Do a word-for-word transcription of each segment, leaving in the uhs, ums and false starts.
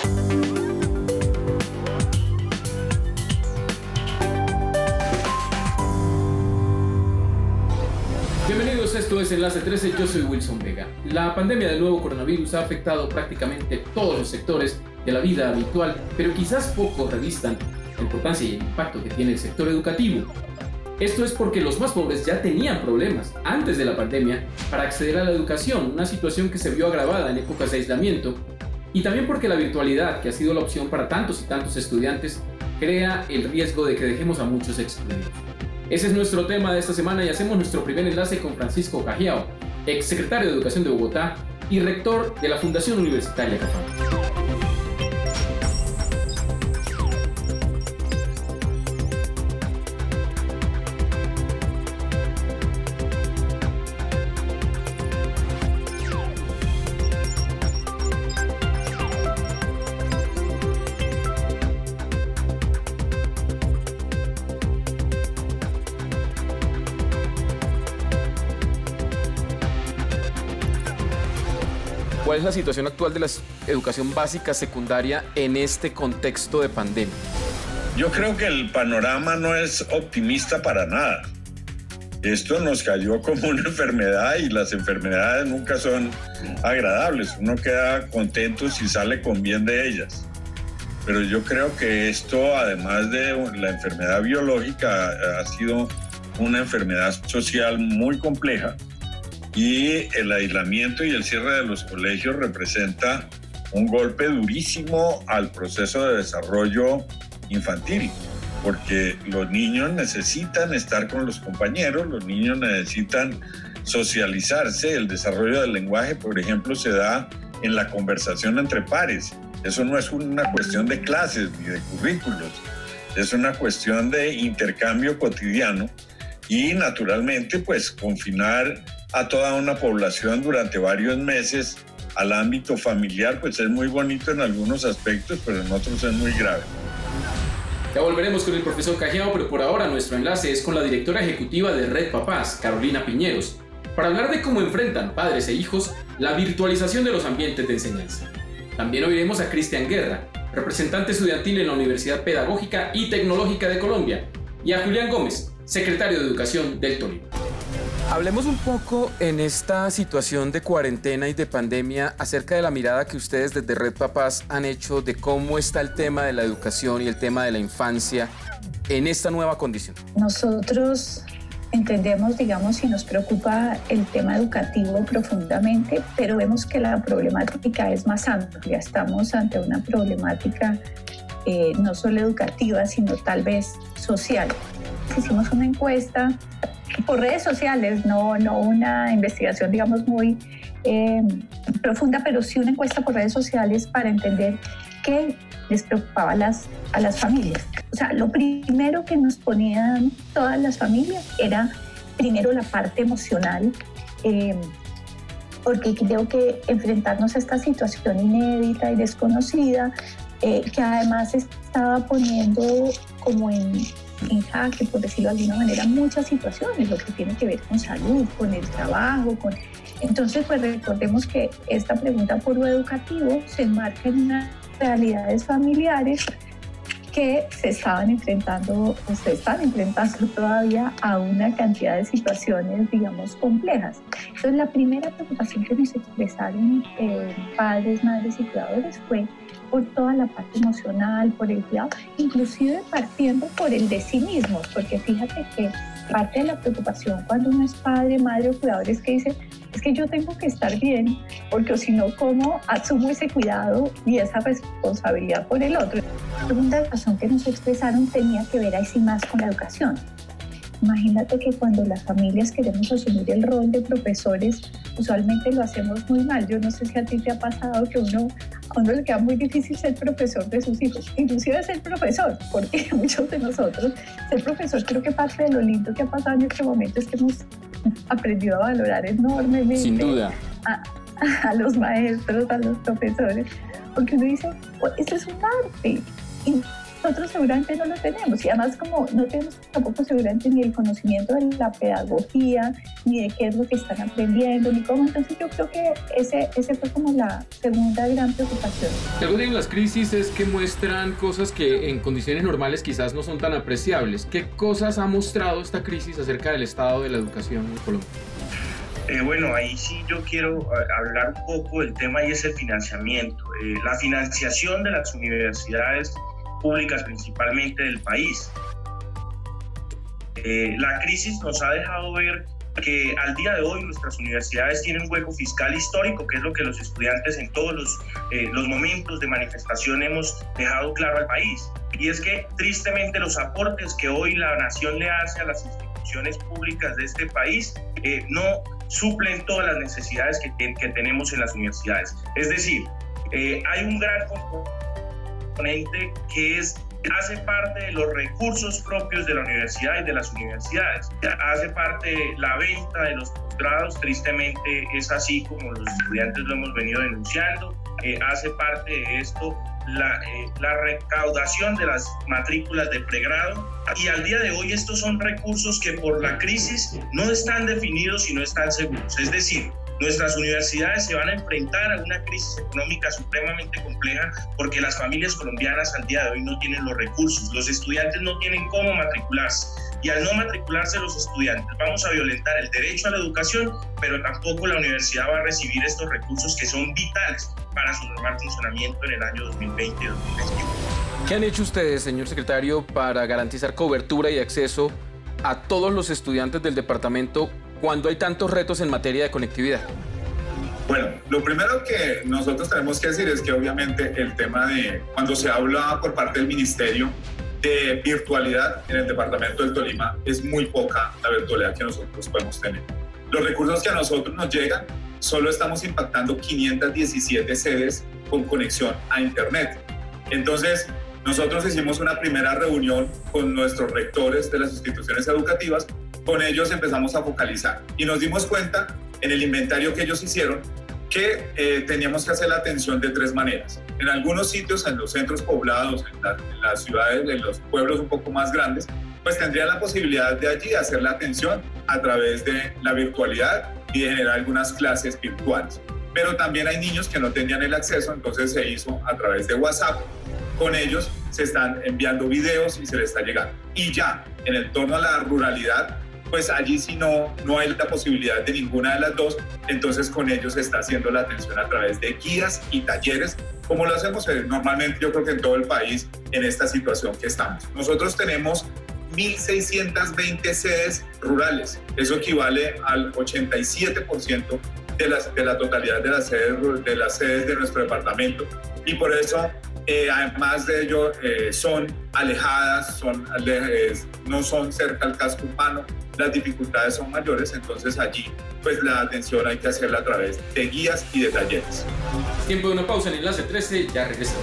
Bienvenidos, esto es Enlace trece, yo soy Wilson Vega. La pandemia del nuevo coronavirus ha afectado prácticamente todos los sectores de la vida habitual, pero quizás pocos revistan la importancia y el impacto que tiene el sector educativo. Esto es porque los más pobres ya tenían problemas antes de la pandemia para acceder a la educación, una situación que se vio agravada en épocas de aislamiento, y también porque la virtualidad, que ha sido la opción para tantos y tantos estudiantes, crea el riesgo de que dejemos a muchos excluidos. Ese es nuestro tema de esta semana y hacemos nuestro primer enlace con Francisco Cajiao, exsecretario de Educación de Bogotá y rector de la Fundación Universitaria Cafam. ¿Cuál es la situación actual de la educación básica secundaria en este contexto de pandemia? Yo creo que el panorama no es optimista para nada. Esto nos cayó como una enfermedad y las enfermedades nunca son agradables. Uno queda contento si sale con bien de ellas. Pero yo creo que esto, además de la enfermedad biológica, ha sido una enfermedad social muy compleja. Y el aislamiento y el cierre de los colegios representa un golpe durísimo al proceso de desarrollo infantil, porque los niños necesitan estar con los compañeros, los niños necesitan socializarse. El desarrollo del lenguaje, por ejemplo, se da en la conversación entre pares. Eso no es una cuestión de clases ni de currículos, es una cuestión de intercambio cotidiano y, naturalmente, pues confinar a toda una población durante varios meses al ámbito familiar, pues es muy bonito en algunos aspectos, pero en otros es muy grave. Ya volveremos con el profesor Cajiao, pero por ahora nuestro enlace es con la directora ejecutiva de Red Papás, Carolina Piñeros, para hablar de cómo enfrentan padres e hijos la virtualización de los ambientes de enseñanza. También oiremos a Cristian Guerra, representante estudiantil en la Universidad Pedagógica y Tecnológica de Colombia, y a Julián Gómez, secretario de Educación del Tolima. Hablemos un poco en esta situación de cuarentena y de pandemia acerca de la mirada que ustedes desde Red Papás han hecho de cómo está el tema de la educación y el tema de la infancia en esta nueva condición. Nosotros entendemos, digamos, y nos preocupa el tema educativo profundamente, pero vemos que la problemática es más amplia. Estamos ante una problemática eh, no solo educativa, sino tal vez social. Hicimos una encuesta por redes sociales, no, no una investigación, digamos, muy eh, profunda, pero sí una encuesta por redes sociales para entender qué les preocupaba a las, a las familias. O sea, lo primero que nos ponían todas las familias era, primero, la parte emocional, eh, porque creo que enfrentarnos a esta situación inédita y desconocida, eh, que además estaba poniendo como en... en jaque, por decirlo de alguna manera, muchas situaciones, lo que tiene que ver con salud, con el trabajo, con... Entonces, pues recordemos que esta pregunta por lo educativo se enmarca en unas realidades familiares que se estaban enfrentando, o se están enfrentando todavía a una cantidad de situaciones, digamos, complejas. Entonces, la primera preocupación que nos expresaron eh, padres, madres y cuidadores fue por toda la parte emocional, por el cuidado, inclusive partiendo por el de sí mismos, porque fíjate que parte de la preocupación cuando uno es padre, madre o cuidador es que dice, es que yo tengo que estar bien, porque si no, ¿cómo asumo ese cuidado y esa responsabilidad por el otro? La segunda razón que nos expresaron tenía que ver ahí sí más con la educación. Imagínate que cuando las familias queremos asumir el rol de profesores, usualmente lo hacemos muy mal. Yo no sé si a ti te ha pasado que uno, a uno le queda muy difícil ser profesor de sus hijos, inclusive ser profesor, porque muchos de nosotros, ser profesor, creo que parte de lo lindo que ha pasado en este momento es que hemos aprendido a valorar enormemente Sin duda. a, a los maestros, a los profesores, porque uno dice, oh, esto es un arte. Y nosotros seguramente no lo tenemos, y además como no tenemos tampoco seguramente ni el conocimiento de la pedagogía, ni de qué es lo que están aprendiendo, ni cómo, entonces yo creo que ese, ese fue como la segunda gran preocupación. Algo de las crisis es que muestran cosas que en condiciones normales quizás no son tan apreciables. ¿Qué cosas ha mostrado esta crisis acerca del estado de la educación en Colombia? Eh, bueno, ahí sí yo quiero uh, hablar un poco del tema y es el financiamiento. Eh, la financiación de las universidades públicas principalmente del país. Eh, la crisis nos ha dejado ver que al día de hoy nuestras universidades tienen un hueco fiscal histórico, que es lo que los estudiantes en todos los, eh, los momentos de manifestación hemos dejado claro al país. Y es que tristemente los aportes que hoy la nación le hace a las instituciones públicas de este país eh, no suplen todas las necesidades que, que tenemos en las universidades. Es decir, eh, hay un gran componente que es hace parte de los recursos propios de la universidad y de las universidades. Hace parte de la venta de los posgrados, tristemente es así como los estudiantes lo hemos venido denunciando. Eh, hace parte de esto la, eh, la recaudación de las matrículas de pregrado, y al día de hoy estos son recursos que por la crisis no están definidos y no están seguros. Es decir, nuestras universidades se van a enfrentar a una crisis económica supremamente compleja porque las familias colombianas al día de hoy no tienen los recursos, los estudiantes no tienen cómo matricularse, y al no matricularse los estudiantes vamos a violentar el derecho a la educación, pero tampoco la universidad va a recibir estos recursos que son vitales para su normal funcionamiento en el año dos mil veinte y dos mil veintiuno. ¿Qué han hecho ustedes, señor secretario, para garantizar cobertura y acceso a todos los estudiantes del departamento cuando hay tantos retos en materia de conectividad? Bueno, lo primero que nosotros tenemos que decir es que obviamente el tema de cuando se habla por parte del ministerio de virtualidad en el departamento del Tolima, es muy poca la virtualidad que nosotros podemos tener. Los recursos que a nosotros nos llegan, solo estamos impactando quinientas diecisiete sedes con conexión a internet. Entonces, nosotros hicimos una primera reunión con nuestros rectores de las instituciones educativas. Con ellos empezamos a focalizar y nos dimos cuenta en el inventario que ellos hicieron que eh, teníamos que hacer la atención de tres maneras. En algunos sitios, en los centros poblados, en, la, en las ciudades, en los pueblos un poco más grandes, pues tendrían la posibilidad de allí hacer la atención a través de la virtualidad y de generar algunas clases virtuales. Pero también hay niños que no tenían el acceso, entonces se hizo a través de WhatsApp. Con ellos se están enviando videos y se les está llegando. Y ya, en el torno a la ruralidad, pues allí sí no, no hay la posibilidad de ninguna de las dos, entonces con ellos se está haciendo la atención a través de guías y talleres, como lo hacemos normalmente yo creo que en todo el país en esta situación que estamos. Nosotros tenemos mil seiscientas veinte sedes rurales, eso equivale al ochenta y siete por ciento de, las, de la totalidad de las, sedes, de las sedes de nuestro departamento, y por eso Eh, además de ello, eh, son alejadas, son, eh, no son cerca al casco urbano, las dificultades son mayores, entonces allí pues la atención hay que hacerla a través de guías y de talleres. Tiempo de una pausa en Enlace trece, ya regresamos.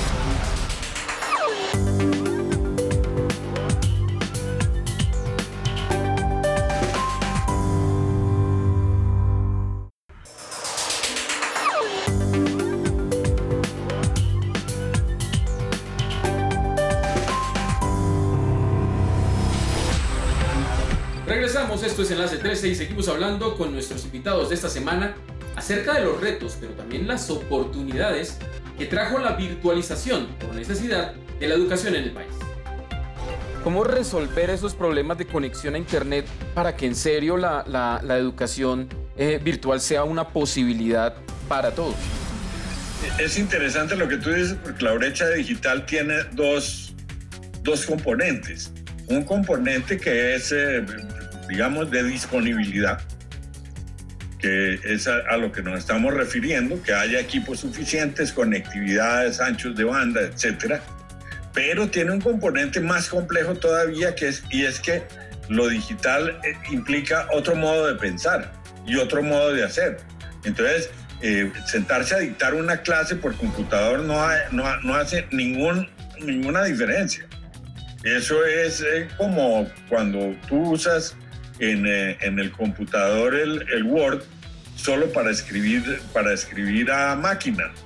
Regresamos, esto es Enlace trece y seguimos hablando con nuestros invitados de esta semana acerca de los retos, pero también las oportunidades que trajo la virtualización por necesidad de la educación en el país. ¿Cómo resolver esos problemas de conexión a internet para que en serio la, la, la educación eh, virtual sea una posibilidad para todos? Es interesante lo que tú dices, porque la brecha digital tiene dos, dos componentes. Un componente que es, eh, digamos, de disponibilidad, que es a, a lo que nos estamos refiriendo, que haya equipos suficientes, conectividades, anchos de banda, etcétera. Pero tiene un componente más complejo todavía, que es, y es que lo digital eh, implica otro modo de pensar y otro modo de hacer. Entonces, eh, sentarse a dictar una clase por computador no, ha, no, no hace ningún, ninguna diferencia. Eso es eh, como cuando tú usas en, eh, en el computador el, el Word solo para escribir, para escribir a máquina.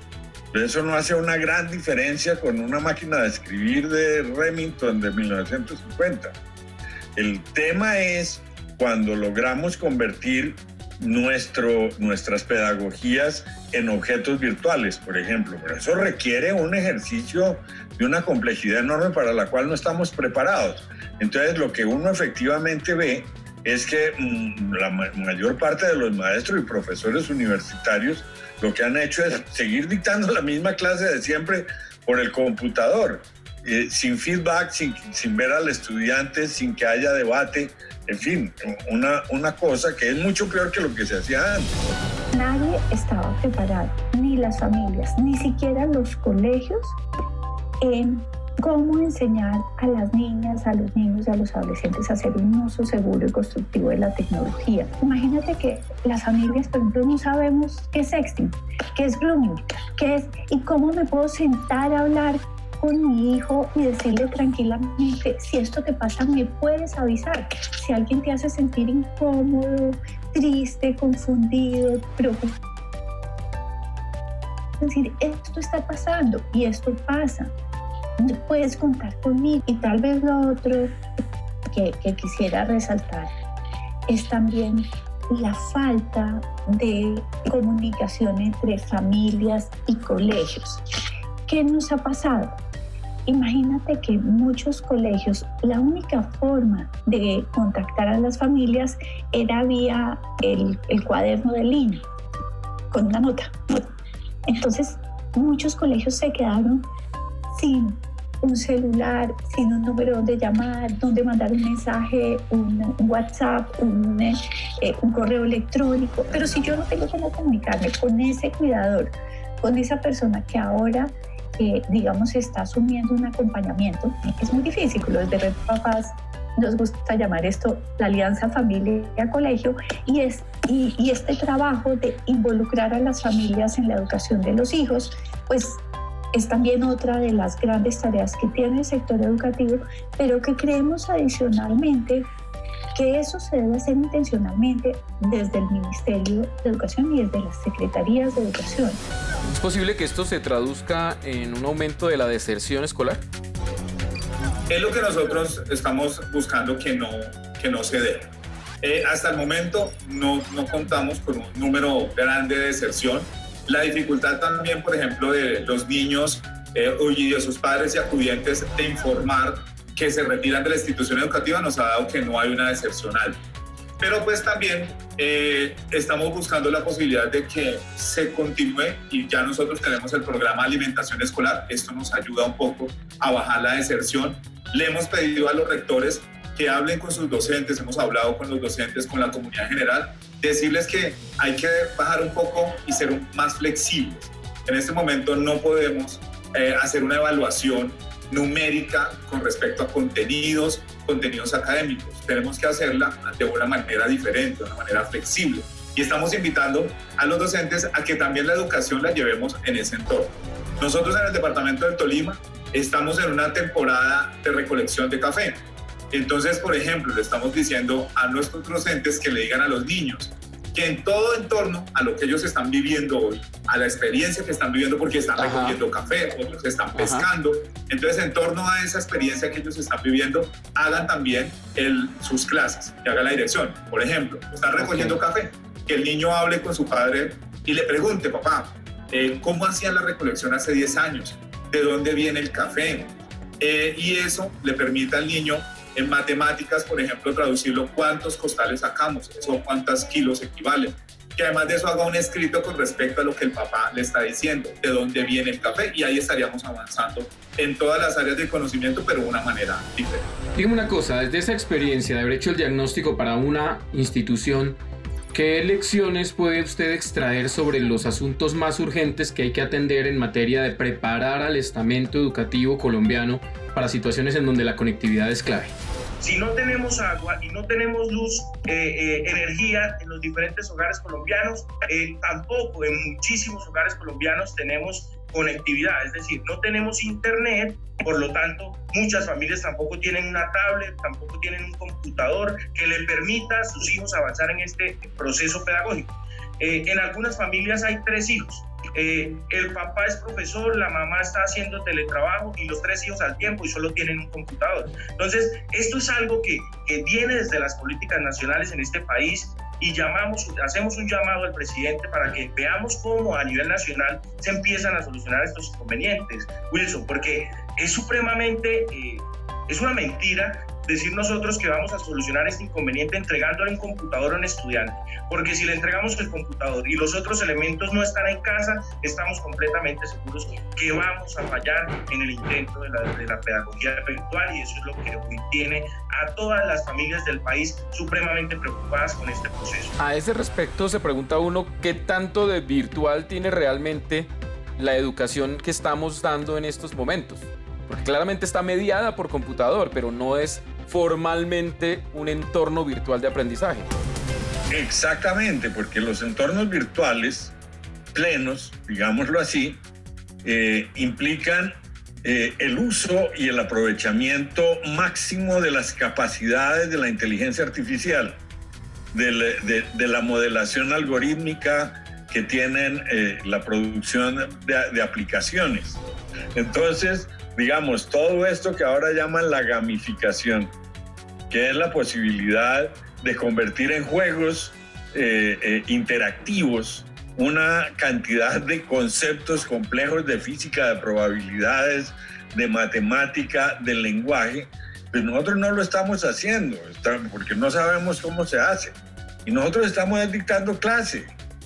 Eso no hace una gran diferencia con una máquina de escribir de Remington de mil novecientos cincuenta. El tema es cuando logramos convertir nuestro, nuestras pedagogías en objetos virtuales, por ejemplo. Pero eso requiere un ejercicio de una complejidad enorme para la cual no estamos preparados. Entonces, lo que uno efectivamente ve es que mmm, la ma- mayor parte de los maestros y profesores universitarios lo que han hecho es seguir dictando la misma clase de siempre por el computador, eh, sin feedback, sin, sin ver al estudiante, sin que haya debate, en fin, una, una cosa que es mucho peor que lo que se hacía antes. Nadie estaba preparado, ni las familias, ni siquiera los colegios, en cómo enseñar a las niñas, a los niños y a los adolescentes a hacer un uso seguro y constructivo de la tecnología. Imagínate que las familias, por ejemplo, no sabemos qué es sexting, qué es grooming, qué es y cómo me puedo sentar a hablar con mi hijo y decirle tranquilamente, si esto te pasa, me puedes avisar. Si alguien te hace sentir incómodo, triste, confundido, preocupado, es decir, esto está pasando y esto pasa. Puedes contar conmigo. Y tal vez lo otro que, que quisiera resaltar es también la falta de comunicación entre familias y colegios. ¿Qué nos ha pasado? Imagínate que en muchos colegios la única forma de contactar a las familias era vía el, el cuaderno de línea, con una nota. Entonces, muchos colegios se quedaron sin un celular, sin un número donde llamar, donde mandar un mensaje, un, un WhatsApp, un, eh, un correo electrónico. Pero si yo no tengo cómo comunicarme con ese cuidador, con esa persona que ahora, eh, digamos, está asumiendo un acompañamiento, es muy difícil. Los de Red Papás nos gusta llamar esto la alianza familia-colegio, y, es, y, y este trabajo de involucrar a las familias en la educación de los hijos, pues es también otra de las grandes tareas que tiene el sector educativo, pero que creemos adicionalmente que eso se debe hacer intencionalmente desde el Ministerio de Educación y desde las Secretarías de Educación. ¿Es posible que esto se traduzca en un aumento de la deserción escolar? Es lo que nosotros estamos buscando que no, que no se dé. Eh, hasta el momento no, no contamos con un número grande de deserción. La dificultad también, por ejemplo, de los niños eh, y de sus padres y acudientes de informar que se retiran de la institución educativa nos ha dado que no hay una deserción alta. Pero pues también eh, estamos buscando la posibilidad de que se continúe, y ya nosotros tenemos el programa de alimentación escolar. Esto nos ayuda un poco a bajar la deserción. Le hemos pedido a los rectores que hablen con sus docentes, hemos hablado con los docentes, con la comunidad general, decirles que hay que bajar un poco y ser más flexibles. En este momento no podemos eh, hacer una evaluación numérica con respecto a contenidos, contenidos académicos. Tenemos que hacerla de una manera diferente, de una manera flexible. Y estamos invitando a los docentes a que también la educación la llevemos en ese entorno. Nosotros en el departamento del Tolima estamos en una temporada de recolección de café. Entonces, por ejemplo, le estamos diciendo a nuestros docentes que le digan a los niños que en todo entorno a lo que ellos están viviendo hoy, a la experiencia que están viviendo, porque están Ajá. recogiendo café, otros están pescando, Ajá. entonces en torno a esa experiencia que ellos están viviendo, hagan también el, sus clases, que haga la dirección. Por ejemplo, están recogiendo okay. café, que el niño hable con su padre y le pregunte, papá, eh, ¿cómo hacían la recolección hace diez años? ¿De dónde viene el café? Eh, y eso le permite al niño en matemáticas, por ejemplo, traducirlo cuántos costales sacamos, eso cuántos kilos equivalen. Que además de eso haga un escrito con respecto a lo que el papá le está diciendo, de dónde viene el café, y ahí estaríamos avanzando en todas las áreas de conocimiento, pero de una manera diferente. Dígame una cosa, desde esa experiencia de haber hecho el diagnóstico para una institución, ¿qué lecciones puede usted extraer sobre los asuntos más urgentes que hay que atender en materia de preparar al estamento educativo colombiano para situaciones en donde la conectividad es clave? Si no tenemos agua y no tenemos luz, eh, eh, energía en los diferentes hogares colombianos, eh, tampoco en muchísimos hogares colombianos tenemos conectividad, es decir, no tenemos internet, por lo tanto, muchas familias tampoco tienen una tablet, tampoco tienen un computador que le permita a sus hijos avanzar en este proceso pedagógico. Eh, en algunas familias hay tres hijos, eh, el papá es profesor, la mamá está haciendo teletrabajo y los tres hijos al tiempo y solo tienen un computador. Entonces, esto es algo que, que viene desde las políticas nacionales en este país y llamamos, hacemos un llamado al presidente para que veamos cómo a nivel nacional se empiezan a solucionar estos inconvenientes, Wilson, porque es supremamente, eh, es una mentira decir nosotros que vamos a solucionar este inconveniente entregándole un computador a un estudiante, porque si le entregamos el computador y los otros elementos no están en casa, estamos completamente seguros que vamos a fallar en el intento de la, de la pedagogía virtual, y eso es lo que hoy tiene a todas las familias del país supremamente preocupadas con este proceso. A ese respecto se pregunta uno qué tanto de virtual tiene realmente la educación que estamos dando en estos momentos, porque claramente está mediada por computador, pero no es formalmente un entorno virtual de aprendizaje. Exactamente, porque los entornos virtuales plenos, digámoslo así, eh, implican eh, el uso y el aprovechamiento máximo de las capacidades de la inteligencia artificial, de, de, de la modelación algorítmica que tienen eh, la producción de, de aplicaciones. Entonces, digamos, todo esto que ahora llaman la gamificación, que es la posibilidad de convertir en juegos eh, eh, interactivos una cantidad de conceptos complejos de física, de probabilidades, de matemática, del lenguaje, pues nosotros no lo estamos haciendo, porque no sabemos cómo se hace. Y nosotros estamos dictando clase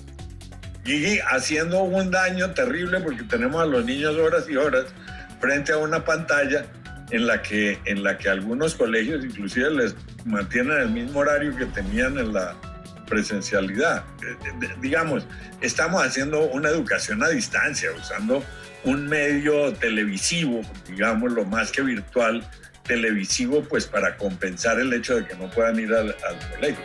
y haciendo un daño terrible porque tenemos a los niños horas y horas frente a una pantalla en la que, en la que algunos colegios inclusive les mantienen el mismo horario que tenían en la presencialidad. Digamos, estamos haciendo una educación a distancia, usando un medio televisivo, digamos, lo más que virtual, televisivo, pues para compensar el hecho de que no puedan ir al, al colegio.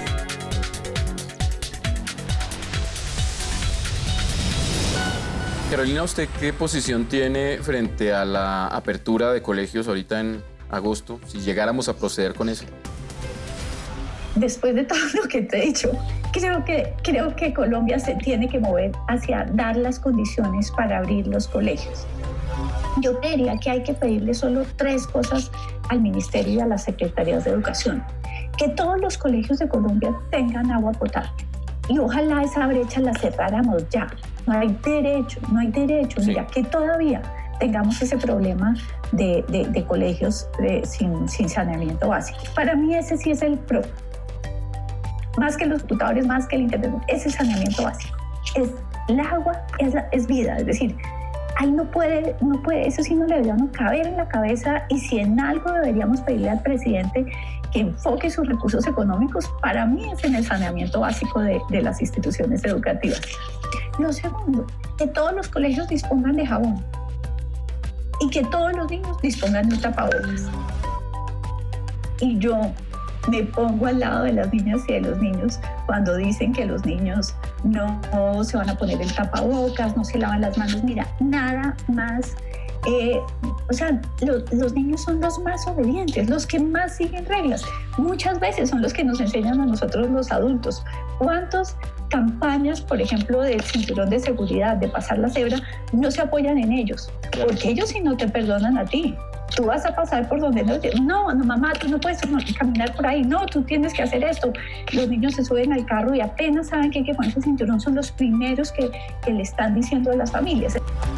Carolina, ¿usted qué posición tiene frente a la apertura de colegios ahorita en agosto, si llegáramos a proceder con eso? Después de todo lo que te he dicho, creo que, creo que Colombia se tiene que mover hacia dar las condiciones para abrir los colegios. Yo creería que hay que pedirle solo tres cosas al Ministerio y a las Secretarías de Educación. Que todos los colegios de Colombia tengan agua potable. Y ojalá esa brecha la cerráramos ya. No hay derecho, no hay derecho. Sí. Mira, que todavía tengamos ese problema de, de, de colegios de, sin, sin saneamiento básico. Para mí ese sí es el pro. Más que los computadores, más que el internet, es el saneamiento básico. Es, el agua es, la, es vida, es decir, ahí no puede, no puede, eso sí no le debería caber en la cabeza, y si en algo deberíamos pedirle al presidente que enfoque sus recursos económicos, para mí es en el saneamiento básico de, de las instituciones educativas. Lo segundo, que todos los colegios dispongan de jabón y que todos los niños dispongan de un tapabocas. Y yo me pongo al lado de las niñas y de los niños cuando dicen que los niños no, no se van a poner el tapabocas, no se lavan las manos. Mira, nada más. Eh, o sea, lo, los niños son los más obedientes, los que más siguen reglas. Muchas veces son los que nos enseñan a nosotros los adultos. ¿Cuántas campañas, por ejemplo, del cinturón de seguridad, de pasar la cebra, no se apoyan en ellos? Porque ellos sí no te perdonan a ti. Tú vas a pasar por donde no, no, no, mamá, tú no puedes caminar por ahí, no, tú tienes que hacer esto. Los niños se suben al carro y apenas saben que hay que ponerse el cinturón, son los primeros que, que le están diciendo a las familias.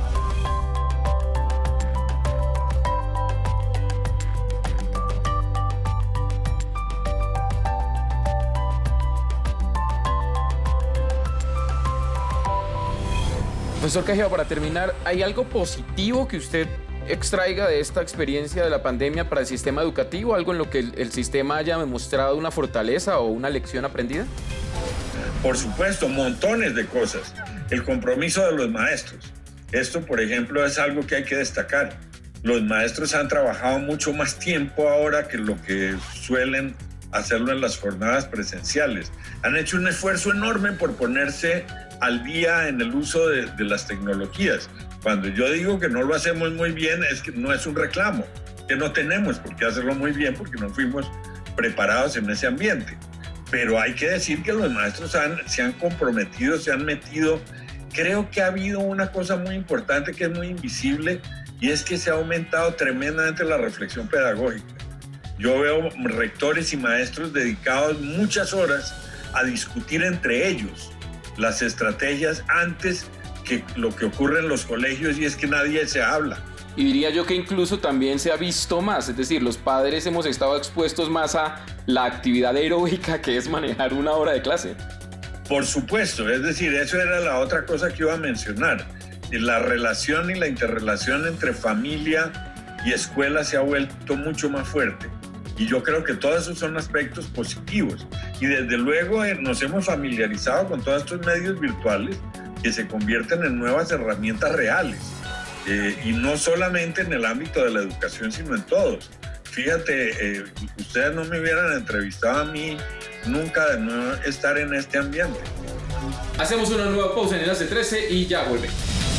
Profesor Cajiva, para terminar, ¿hay algo positivo que usted extraiga de esta experiencia de la pandemia para el sistema educativo? ¿Algo en lo que el, el sistema haya demostrado una fortaleza o una lección aprendida? Por supuesto, montones de cosas. El compromiso de los maestros. Esto, por ejemplo, es algo que hay que destacar. Los maestros han trabajado mucho más tiempo ahora que lo que suelen hacerlo en las jornadas presenciales. Han hecho un esfuerzo enorme por ponerse al día en el uso de, de las tecnologías. Cuando yo digo que no lo hacemos muy bien, es que no es un reclamo, que no tenemos por qué hacerlo muy bien porque no fuimos preparados en ese ambiente. Pero hay que decir que los maestros han, se han comprometido, se han metido creo que ha habido una cosa muy importante que es muy invisible y es que se ha aumentado tremendamente la reflexión pedagógica. Yo veo rectores y maestros dedicados muchas horas a discutir entre ellos las estrategias antes que lo que ocurre en los colegios, y es que nadie se habla. Y diría yo que incluso también se ha visto más, es decir, los padres hemos estado expuestos más a la actividad heroica que es manejar una hora de clase. Por supuesto, es decir, eso era la otra cosa que iba a mencionar. La relación y la interrelación entre familia y escuela se ha vuelto mucho más fuerte. Y yo creo que todos esos son aspectos positivos. Y desde luego eh, nos hemos familiarizado con todos estos medios virtuales que se convierten en nuevas herramientas reales. Eh, y no solamente en el ámbito de la educación, sino en todos. Fíjate, eh, ustedes no me hubieran entrevistado a mí nunca de no estar en este ambiente. Hacemos una nueva pausa en Enlace trece y ya volvemos.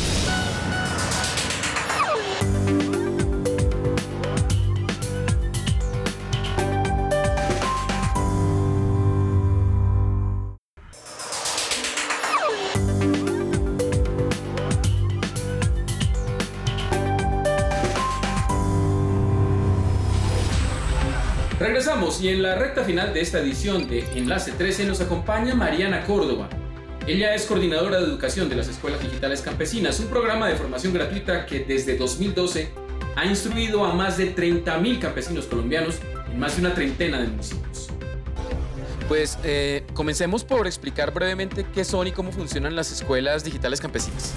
Regresamos y en la recta final de esta edición de Enlace trece nos acompaña Mariana Córdoba. Ella es coordinadora de educación de las Escuelas Digitales Campesinas, un programa de formación gratuita que desde dos mil doce ha instruido a más de treinta mil campesinos colombianos en más de una treintena de municipios. Pues eh, comencemos por explicar brevemente qué son y cómo funcionan las Escuelas Digitales Campesinas.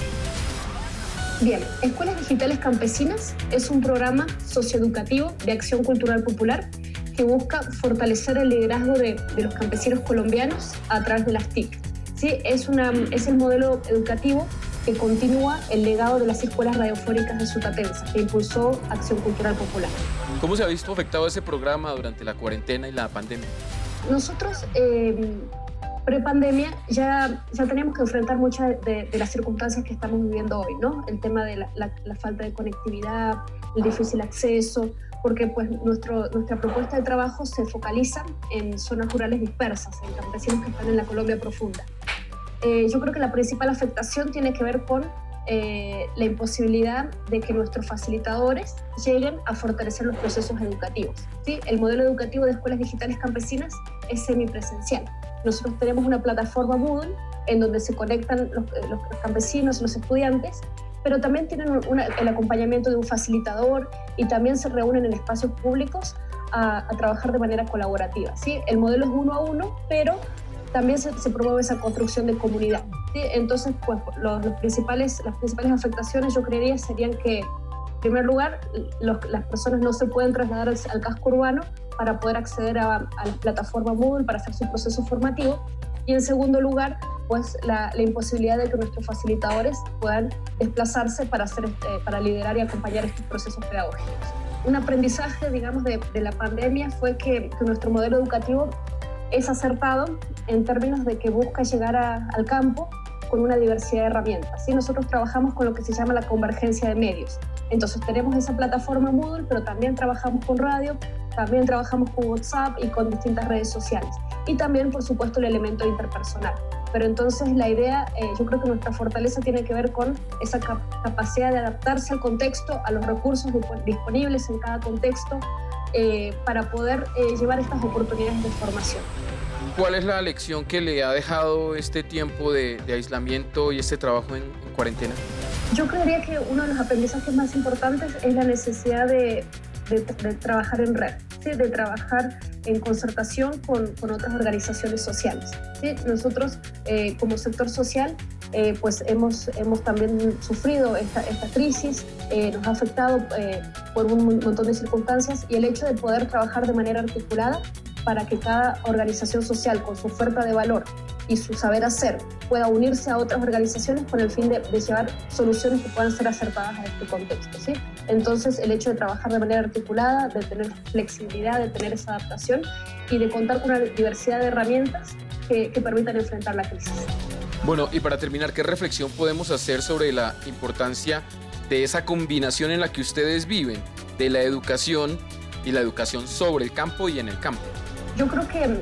Bien, Escuelas Digitales Campesinas es un programa socioeducativo de acción cultural popular que busca fortalecer el liderazgo de, de los campesinos colombianos a través de las T I C. ¿Sí? Es, una, es el modelo educativo que continúa el legado de las escuelas radiofónicas de Sutatensa, que impulsó Acción Cultural Popular. ¿Cómo se ha visto afectado ese programa durante la cuarentena y la pandemia? Nosotros, eh, pre-pandemia, ya, ya teníamos que enfrentar muchas de, de las circunstancias que estamos viviendo hoy, ¿no? El tema de la, la, la falta de conectividad, el difícil acceso, porque pues nuestro, nuestra propuesta de trabajo se focaliza en zonas rurales dispersas, en campesinos que están en la Colombia profunda. Eh, yo creo que la principal afectación tiene que ver con eh, la imposibilidad de que nuestros facilitadores lleguen a fortalecer los procesos educativos, ¿sí? El modelo educativo de Escuelas Digitales Campesinas es semipresencial. Nosotros tenemos una plataforma Moodle en donde se conectan los, los campesinos, los estudiantes, pero también tienen una, el acompañamiento de un facilitador y también se reúnen en espacios públicos a, a trabajar de manera colaborativa, ¿sí? El modelo es uno a uno, pero también se, se promueve esa construcción de comunidad, ¿sí? Entonces, pues, los, los principales, las principales afectaciones yo creería serían que, en primer lugar, los, las personas no se pueden trasladar al, al casco urbano para poder acceder a, a la plataforma Moodle para hacer su proceso formativo, y en segundo lugar, pues la, la imposibilidad de que nuestros facilitadores puedan desplazarse para, hacer, eh, para liderar y acompañar estos procesos pedagógicos. Un aprendizaje, digamos, de, de la pandemia fue que, que nuestro modelo educativo es acertado en términos de que busca llegar a, al campo con una diversidad de herramientas, ¿sí? Nosotros trabajamos con lo que se llama la convergencia de medios. Entonces tenemos esa plataforma Moodle, pero también trabajamos con radio, también trabajamos con WhatsApp y con distintas redes sociales. Y también, por supuesto, el elemento interpersonal. Pero entonces la idea, eh, yo creo que nuestra fortaleza tiene que ver con esa cap- capacidad de adaptarse al contexto, a los recursos dip- disponibles en cada contexto, eh, para poder eh, llevar estas oportunidades de formación. ¿Cuál es la lección que le ha dejado este tiempo de, de aislamiento y este trabajo en, en cuarentena? Yo creería que uno de los aprendizajes más importantes es la necesidad de, de, de trabajar en red, ¿sí? De trabajar en concertación con, con otras organizaciones sociales, ¿sí? Nosotros, eh, como sector social, eh, pues hemos, hemos también sufrido esta, esta crisis, eh, nos ha afectado eh, por un montón de circunstancias, y el hecho de poder trabajar de manera articulada para que cada organización social, con su oferta de valor y su saber hacer, pueda unirse a otras organizaciones con el fin de, de llevar soluciones que puedan ser acertadas a este contexto, ¿sí? Entonces, el hecho de trabajar de manera articulada, de tener flexibilidad, de tener esa adaptación y de contar con una diversidad de herramientas que, que permitan enfrentar la crisis. Bueno, y para terminar, ¿qué reflexión podemos hacer sobre la importancia de esa combinación en la que ustedes viven, de la educación y la educación sobre el campo y en el campo? Yo creo que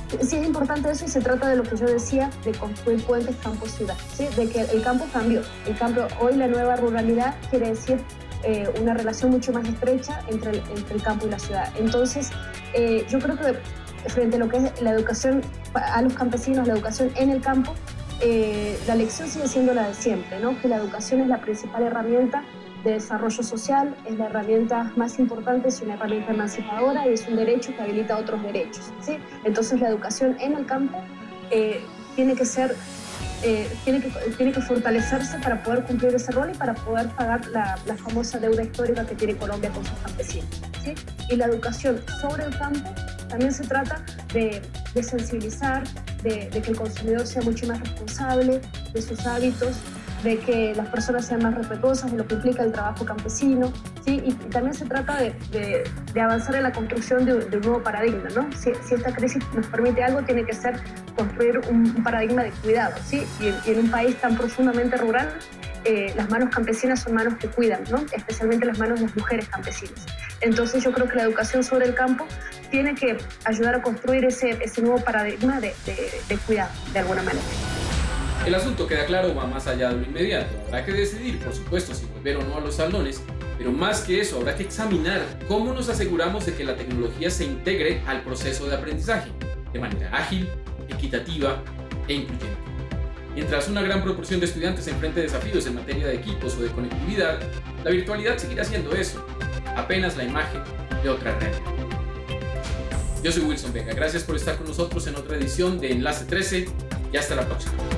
sí es importante eso y se trata de lo que yo decía, de construir puentes campo-ciudad, ¿sí? De que el campo cambió. El campo, hoy la nueva ruralidad quiere decir eh, una relación mucho más estrecha entre el, entre el campo y la ciudad. Entonces, eh, yo creo que frente a lo que es la educación a los campesinos, la educación en el campo, eh, la lección sigue siendo la de siempre, ¿no? Que la educación es la principal herramienta de desarrollo social, es la herramienta más importante, es una herramienta emancipadora y es un derecho que habilita otros derechos, ¿sí? Entonces la educación en el campo eh, tiene que ser, eh, tiene, que, tiene que fortalecerse para poder cumplir ese rol y para poder pagar la, la famosa deuda histórica que tiene Colombia con sus campesinos, ¿sí? Y la educación sobre el campo también se trata de, de sensibilizar, de, de que el consumidor sea mucho más responsable de sus hábitos, de que las personas sean más respetuosas de lo que implica el trabajo campesino, ¿sí? Y, y también se trata de, de, de avanzar en la construcción de, de un nuevo paradigma, ¿no? Si, si esta crisis nos permite algo, tiene que ser construir un, un paradigma de cuidado, ¿sí? Y en, y en un país tan profundamente rural, eh, las manos campesinas son manos que cuidan, ¿no? Especialmente las manos de las mujeres campesinas. Entonces yo creo que la educación sobre el campo tiene que ayudar a construir ese, ese nuevo paradigma de, de, de cuidado, de alguna manera. El asunto queda claro, va más allá de lo inmediato. Habrá que decidir, por supuesto, si volver o no a los salones, pero más que eso, habrá que examinar cómo nos aseguramos de que la tecnología se integre al proceso de aprendizaje de manera ágil, equitativa e incluyente. Mientras una gran proporción de estudiantes enfrente desafíos en materia de equipos o de conectividad, la virtualidad seguirá siendo eso, apenas la imagen de otra realidad. Yo soy Wilson Vega, gracias por estar con nosotros en otra edición de Enlace trece y hasta la próxima.